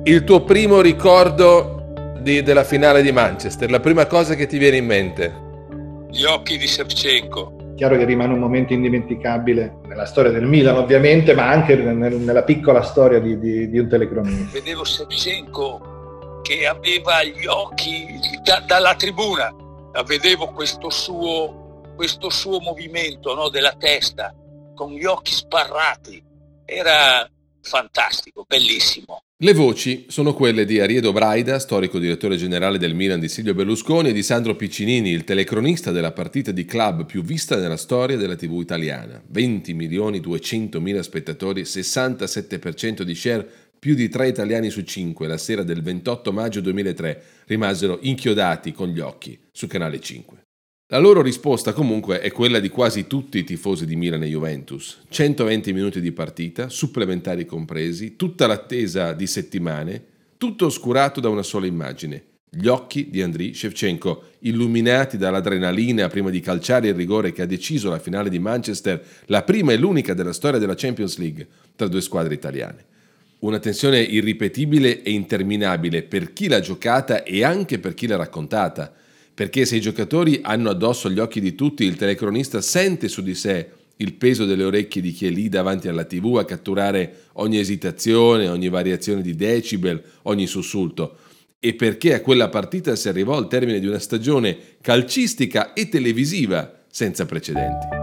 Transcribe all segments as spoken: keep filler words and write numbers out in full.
Il tuo primo ricordo di- della finale di Manchester, la prima cosa che ti viene in mente? Gli occhi di Shevchenko. Chiaro che rimane un momento indimenticabile nella storia del Milan, ovviamente, ma anche nel- nella piccola storia di, di- di un telecronista. Vedevo Shevchenko che aveva gli occhi da- dalla tribuna, vedevo questo suo, questo suo movimento, no, della testa, con gli occhi sbarrati. Era fantastico, bellissimo. Le voci sono quelle di Ariedo Braida, storico direttore generale del Milan di Silvio Berlusconi, e di Sandro Piccinini, il telecronista della partita di club più vista nella storia della tivù italiana. venti milioni duecentomila spettatori, sessantasette per cento di share, più di tre italiani su cinque la sera del ventotto maggio duemilatré rimasero inchiodati con gli occhi su Canale cinque. La loro risposta comunque è quella di quasi tutti i tifosi di Milan e Juventus. centoventi minuti di partita, supplementari compresi, tutta l'attesa di settimane, tutto oscurato da una sola immagine. Gli occhi di Andriy Shevchenko, illuminati dall'adrenalina prima di calciare il rigore che ha deciso la finale di Manchester, la prima e l'unica della storia della Champions League, tra due squadre italiane. Una tensione irripetibile e interminabile per chi l'ha giocata e anche per chi l'ha raccontata. Perché se i giocatori hanno addosso gli occhi di tutti, il telecronista sente su di sé il peso delle orecchie di chi è lì davanti alla tivù a catturare ogni esitazione, ogni variazione di decibel, ogni sussulto. E perché a quella partita si arrivò al termine di una stagione calcistica e televisiva senza precedenti.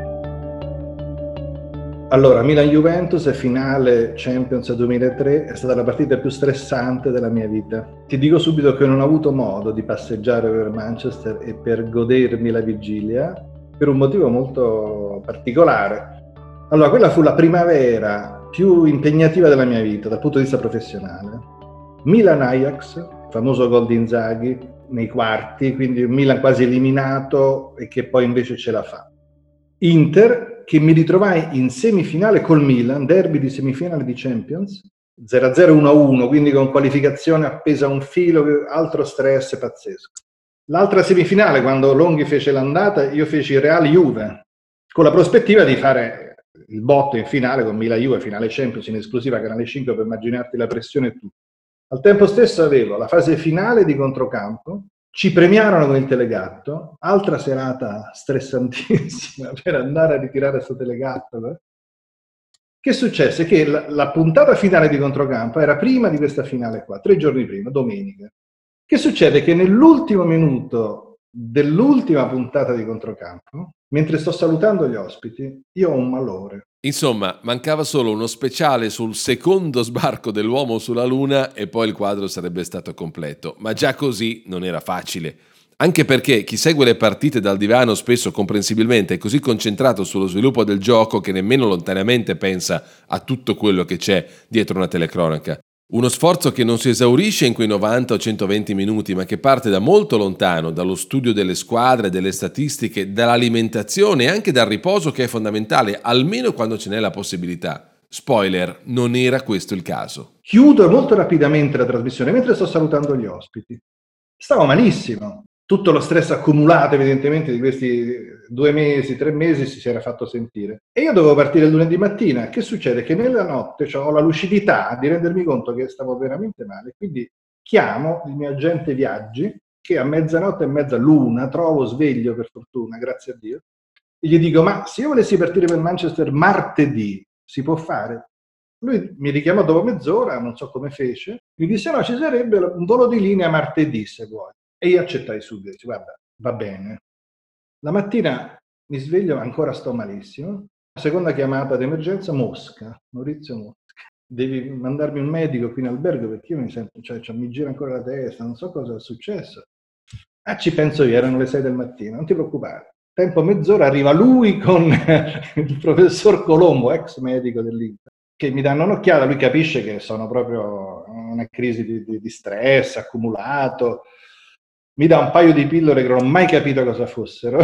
Allora, Milan-Juventus e finale Champions duemilatré è stata la partita più stressante della mia vita. Ti dico subito che non ho avuto modo di passeggiare per Manchester e per godermi la vigilia per un motivo molto particolare. Allora, quella fu la primavera più impegnativa della mia vita dal punto di vista professionale. Milan-Ajax, famoso gol di Inzaghi nei quarti, quindi un Milan quasi eliminato e che poi invece ce la fa. Inter, che mi ritrovai in semifinale col Milan, derby di semifinale di Champions, zero a zero uno a uno, quindi con qualificazione appesa a un filo, altro stress pazzesco. L'altra semifinale, quando Longhi fece l'andata, io feci Real Juve, con la prospettiva di fare il botto in finale con Milan Juve, finale Champions in esclusiva Canale cinque, per immaginarti la pressione e tutto. Al tempo stesso avevo la fase finale di controcampo, ci premiarono con il telegatto, altra serata stressantissima per andare a ritirare questo telegatto. Eh? Che successe? Che la, la puntata finale di controcampo era prima di questa finale qua, tre giorni prima, domenica. Che succede? Che nell'ultimo minuto dell'ultima puntata di controcampo, mentre sto salutando gli ospiti, io ho un malore. Insomma, mancava solo uno speciale sul secondo sbarco dell'uomo sulla Luna e poi il quadro sarebbe stato completo. Ma già così non era facile. Anche perché chi segue le partite dal divano spesso comprensibilmente è così concentrato sullo sviluppo del gioco che nemmeno lontanamente pensa a tutto quello che c'è dietro una telecronaca. Uno sforzo che non si esaurisce in quei novanta o centoventi minuti, ma che parte da molto lontano, dallo studio delle squadre, delle statistiche, dall'alimentazione e anche dal riposo, che è fondamentale, almeno quando ce n'è la possibilità. Spoiler, non era questo il caso. Chiudo molto rapidamente la trasmissione mentre sto salutando gli ospiti. Stavo malissimo. Tutto lo stress accumulato evidentemente di questi due mesi, tre mesi si era fatto sentire. E io dovevo partire il lunedì mattina. Che succede? Che nella notte cioè, ho la lucidità di rendermi conto che stavo veramente male. Quindi chiamo il mio agente viaggi, che a mezzanotte e mezza l'una trovo sveglio per fortuna, grazie a Dio, e gli dico: ma se io volessi partire per Manchester martedì, si può fare? Lui mi richiamò dopo mezz'ora, non so come fece, mi disse: no, ci sarebbe un volo di linea martedì se vuoi. E io accettai subito, dice, guarda, va bene. La mattina mi sveglio, ancora sto malissimo. Seconda chiamata d'emergenza, Mosca, Maurizio Mosca. Devi mandarmi un medico qui in albergo perché io mi sento, cioè, cioè mi gira ancora la testa, non so cosa è successo. Ah, ci penso io, erano le sei del mattino, non ti preoccupare. Tempo mezz'ora, arriva lui con il professor Colombo, ex medico dell'Inter, che mi danno un'occhiata, lui capisce che sono proprio una crisi di, di, di stress accumulato. Mi dà un paio di pillole che non ho mai capito cosa fossero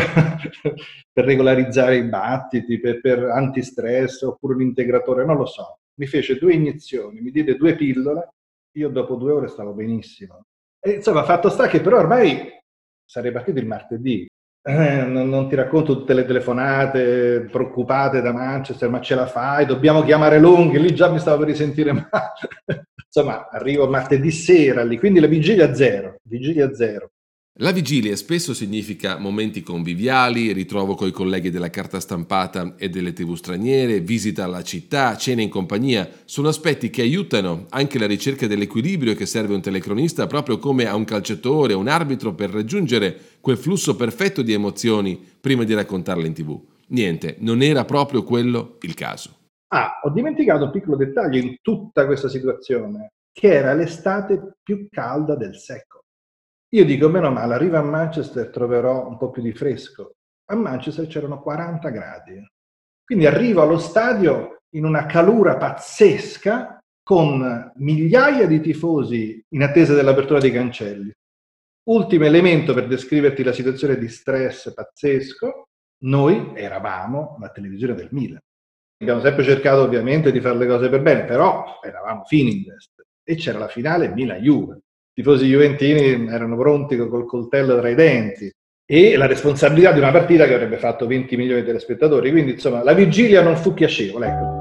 per regolarizzare i battiti, per, per antistress oppure l'integratore, non lo so. Mi fece due iniezioni, mi diede due pillole, io dopo due ore stavo benissimo. E insomma, fatto sta che però ormai sarei partito il martedì. Eh, non, non ti racconto tutte le telefonate preoccupate da Manchester, ma ce la fai? Dobbiamo chiamare Lunghi, lì già mi stavo per risentire male. Insomma, arrivo martedì sera lì, quindi la vigilia zero, vigilia zero. La vigilia spesso significa momenti conviviali, ritrovo coi colleghi della carta stampata e delle tivù straniere, visita alla città, cene in compagnia. Sono aspetti che aiutano anche la ricerca dell'equilibrio che serve un telecronista proprio come a un calciatore o un arbitro per raggiungere quel flusso perfetto di emozioni prima di raccontarle in tivù. Niente, non era proprio quello il caso. Ah, ho dimenticato un piccolo dettaglio in tutta questa situazione, che era l'estate più calda del secolo. Io dico, meno male, arrivo a Manchester, troverò un po' più di fresco. A Manchester c'erano quaranta gradi. Quindi arrivo allo stadio in una calura pazzesca, con migliaia di tifosi in attesa dell'apertura dei cancelli. Ultimo elemento per descriverti la situazione di stress pazzesco, noi eravamo la televisione del Milan. Abbiamo sempre cercato ovviamente di fare le cose per bene, però eravamo Fininvest e c'era la finale Milan-Juve. I tifosi juventini erano pronti col coltello tra i denti e la responsabilità di una partita che avrebbe fatto venti milioni di telespettatori, quindi insomma la vigilia non fu piacevole, ecco.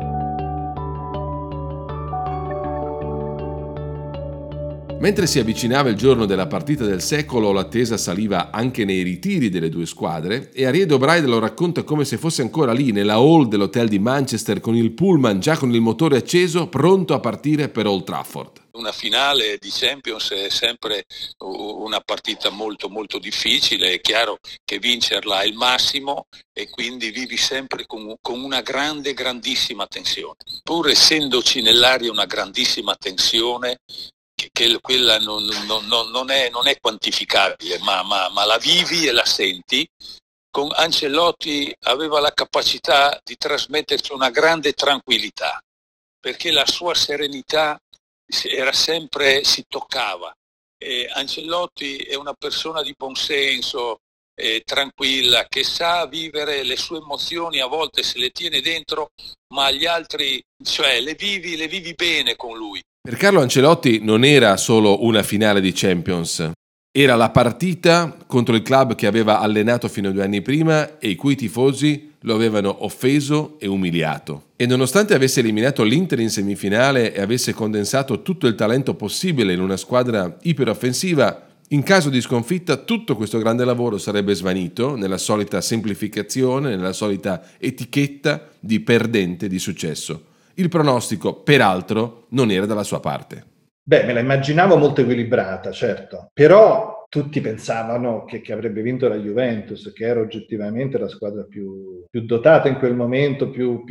Mentre si avvicinava il giorno della partita del secolo, l'attesa saliva anche nei ritiri delle due squadre e Ariedo Braida lo racconta come se fosse ancora lì, nella hall dell'hotel di Manchester, con il pullman già con il motore acceso, pronto a partire per Old Trafford. Una finale di Champions è sempre una partita molto molto difficile, è chiaro che vincerla è il massimo e quindi vivi sempre con, con una grande, grandissima tensione. Pur essendoci nell'aria una grandissima tensione, che quella non, non, non, è, non è quantificabile, ma, ma, ma la vivi e la senti. Con Ancelotti aveva la capacità di trasmetterci una grande tranquillità, perché la sua serenità era sempre, si toccava. E Ancelotti è una persona di buon senso, eh, tranquilla, che sa vivere le sue emozioni, a volte se le tiene dentro, ma gli altri, cioè le vivi, le vivi bene con lui. Per Carlo Ancelotti non era solo una finale di Champions, era la partita contro il club che aveva allenato fino a due anni prima e i cui tifosi lo avevano offeso e umiliato. E nonostante avesse eliminato l'Inter in semifinale e avesse condensato tutto il talento possibile in una squadra iperoffensiva, in caso di sconfitta tutto questo grande lavoro sarebbe svanito nella solita semplificazione, nella solita etichetta di perdente di successo. Il pronostico, peraltro, non era dalla sua parte. Beh, me la immaginavo molto equilibrata, certo, però tutti pensavano che, che avrebbe vinto la Juventus, che era oggettivamente la squadra più, più dotata in quel momento, più,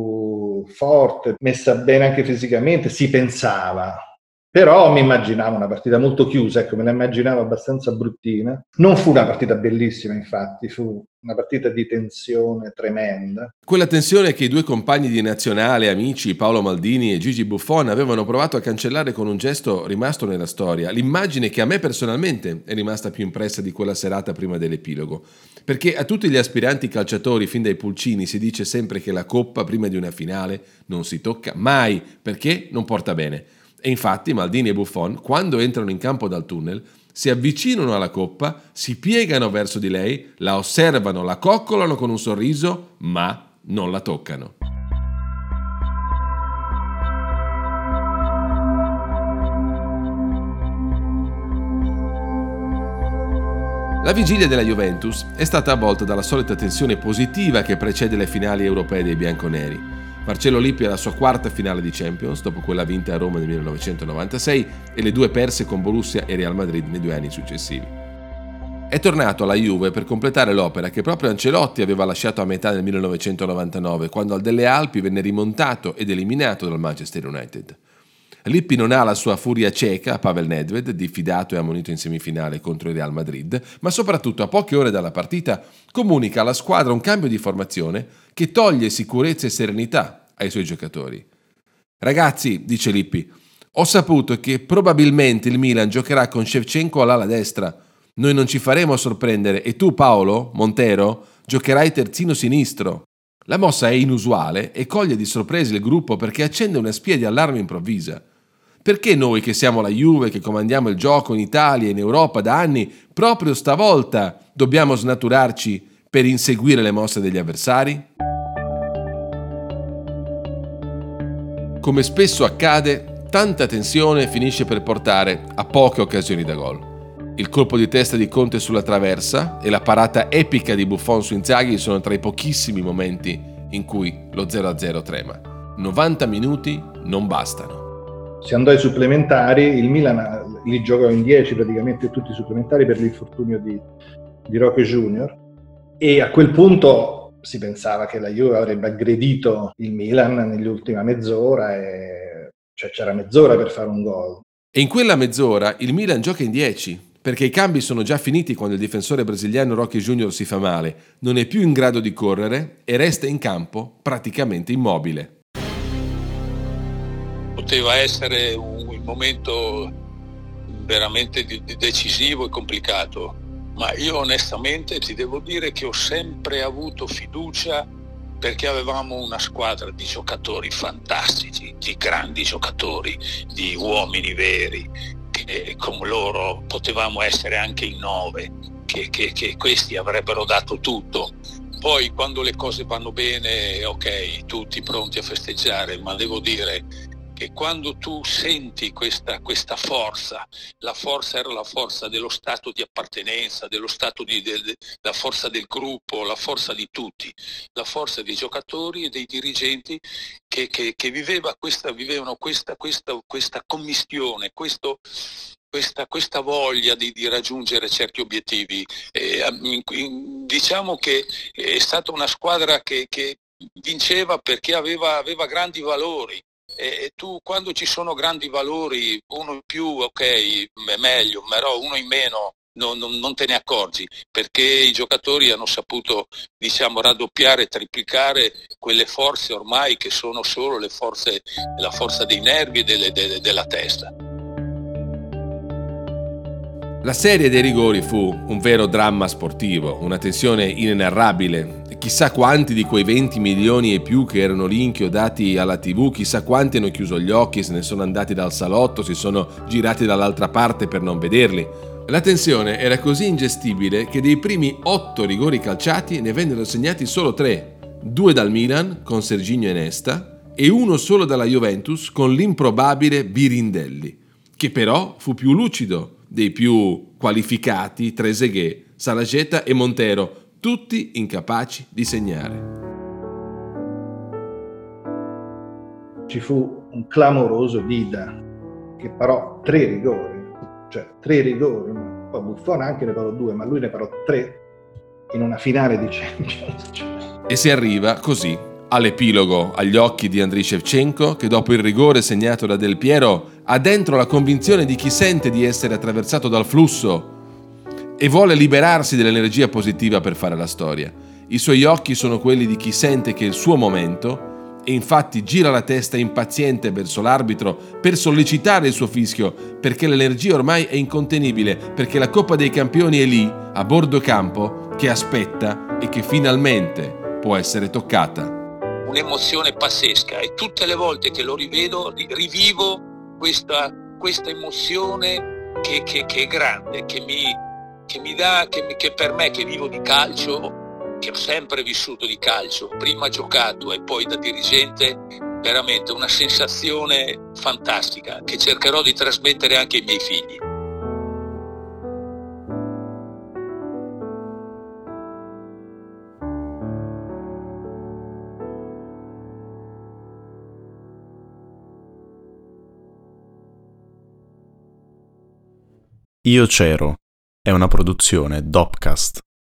più forte, messa bene anche fisicamente, si pensava. Però mi immaginavo una partita molto chiusa, ecco, me la immaginavo abbastanza bruttina. Non fu una partita bellissima, infatti, fu una partita di tensione tremenda. Quella tensione che i due compagni di nazionale, amici, Paolo Maldini e Gigi Buffon, avevano provato a cancellare con un gesto rimasto nella storia. L'immagine che a me personalmente è rimasta più impressa di quella serata prima dell'epilogo. Perché a tutti gli aspiranti calciatori, fin dai pulcini, si dice sempre che la coppa prima di una finale non si tocca mai, perché non porta bene. E infatti Maldini e Buffon, quando entrano in campo dal tunnel, si avvicinano alla coppa, si piegano verso di lei, la osservano, la coccolano con un sorriso, ma non la toccano. La vigilia della Juventus è stata avvolta dalla solita tensione positiva che precede le finali europee dei bianconeri. Marcello Lippi alla sua quarta finale di Champions, dopo quella vinta a Roma nel millenovecentonovantasei e le due perse con Borussia e Real Madrid nei due anni successivi. È tornato alla Juve per completare l'opera che proprio Ancelotti aveva lasciato a metà del millenovecentonovantanove, quando al Delle Alpi venne rimontato ed eliminato dal Manchester United. Lippi non ha la sua furia cieca, Pavel Nedved, diffidato e ammonito in semifinale contro il Real Madrid, ma soprattutto a poche ore dalla partita comunica alla squadra un cambio di formazione che toglie sicurezza e serenità ai suoi giocatori. Ragazzi, dice Lippi, ho saputo che probabilmente il Milan giocherà con Shevchenko all'ala destra. Noi non ci faremo sorprendere e tu, Paolo Montero, giocherai terzino sinistro. La mossa è inusuale e coglie di sorpresa il gruppo perché accende una spia di allarme improvvisa. Perché noi che siamo la Juve, che comandiamo il gioco in Italia e in Europa da anni, proprio stavolta dobbiamo snaturarci per inseguire le mosse degli avversari? Come spesso accade, tanta tensione finisce per portare a poche occasioni da gol. Il colpo di testa di Conte sulla traversa e la parata epica di Buffon su Inzaghi sono tra i pochissimi momenti in cui lo zero a zero trema. novanta minuti non bastano. Si andò ai supplementari, il Milan li giocò in dieci praticamente tutti i supplementari per l'infortunio di, di Roque Junior e a quel punto si pensava che la Juve avrebbe aggredito il Milan nell'ultima mezz'ora e cioè c'era mezz'ora per fare un gol. E in quella mezz'ora il Milan gioca in dieci. Perché i cambi sono già finiti quando il difensore brasiliano Roque Junior si fa male, non è più in grado di correre e resta in campo praticamente immobile. Poteva essere un, un momento veramente di, di decisivo e complicato, ma io onestamente ti devo dire che ho sempre avuto fiducia perché avevamo una squadra di giocatori fantastici, di grandi giocatori, di uomini veri, che con loro potevamo essere anche in nove, che, che, che questi avrebbero dato tutto. Poi quando le cose vanno bene, ok, tutti pronti a festeggiare, ma devo dire che quando tu senti questa, questa forza, la forza era la forza dello stato di appartenenza, dello stato di, del, la forza del gruppo, la forza di tutti, la forza dei giocatori e dei dirigenti che, che, che viveva questa, vivevano questa, questa, questa commistione, questo, questa, questa voglia di, di raggiungere certi obiettivi. Eh, diciamo che è stata una squadra che, che vinceva perché aveva, aveva grandi valori. E tu quando ci sono grandi valori, uno in più ok è meglio, però uno in meno non, non, non te ne accorgi, perché i giocatori hanno saputo, diciamo, raddoppiare, triplicare quelle forze ormai che sono solo le forze, la forza dei nervi e delle, delle, della testa. La serie dei rigori fu un vero dramma sportivo, una tensione inenarrabile. Chissà quanti di quei venti milioni e più che erano lì inchiodati alla tivù, chissà quanti hanno chiuso gli occhi, se ne sono andati dal salotto, si sono girati dall'altra parte per non vederli. La tensione era così ingestibile che dei primi otto rigori calciati ne vennero segnati solo tre. Due dal Milan, con Serginho e Nesta, e uno solo dalla Juventus, con l'improbabile Birindelli, che però fu più lucido dei più qualificati Trezeguet, Salageta e Montero, tutti incapaci di segnare. Ci fu un clamoroso Dida che parò tre rigori, cioè tre rigori, poi Buffon anche ne parò due, ma lui ne parò tre in una finale di Champions. E si arriva così all'epilogo, agli occhi di Andriy Shevchenko, che dopo il rigore segnato da Del Piero ha dentro la convinzione di chi sente di essere attraversato dal flusso e vuole liberarsi dell'energia positiva per fare la storia. I suoi occhi sono quelli di chi sente che è il suo momento e infatti gira la testa impaziente verso l'arbitro per sollecitare il suo fischio, perché l'energia ormai è incontenibile, perché la Coppa dei Campioni è lì, a bordo campo, che aspetta e che finalmente può essere toccata. Un'emozione pazzesca e tutte le volte che lo rivedo rivivo questa, questa emozione che, che, che è grande, che mi, che mi dà, che, mi, che per me che vivo di calcio, che ho sempre vissuto di calcio, prima giocato e poi da dirigente, veramente una sensazione fantastica che cercherò di trasmettere anche ai miei figli. Io c'ero è una produzione Dopcast.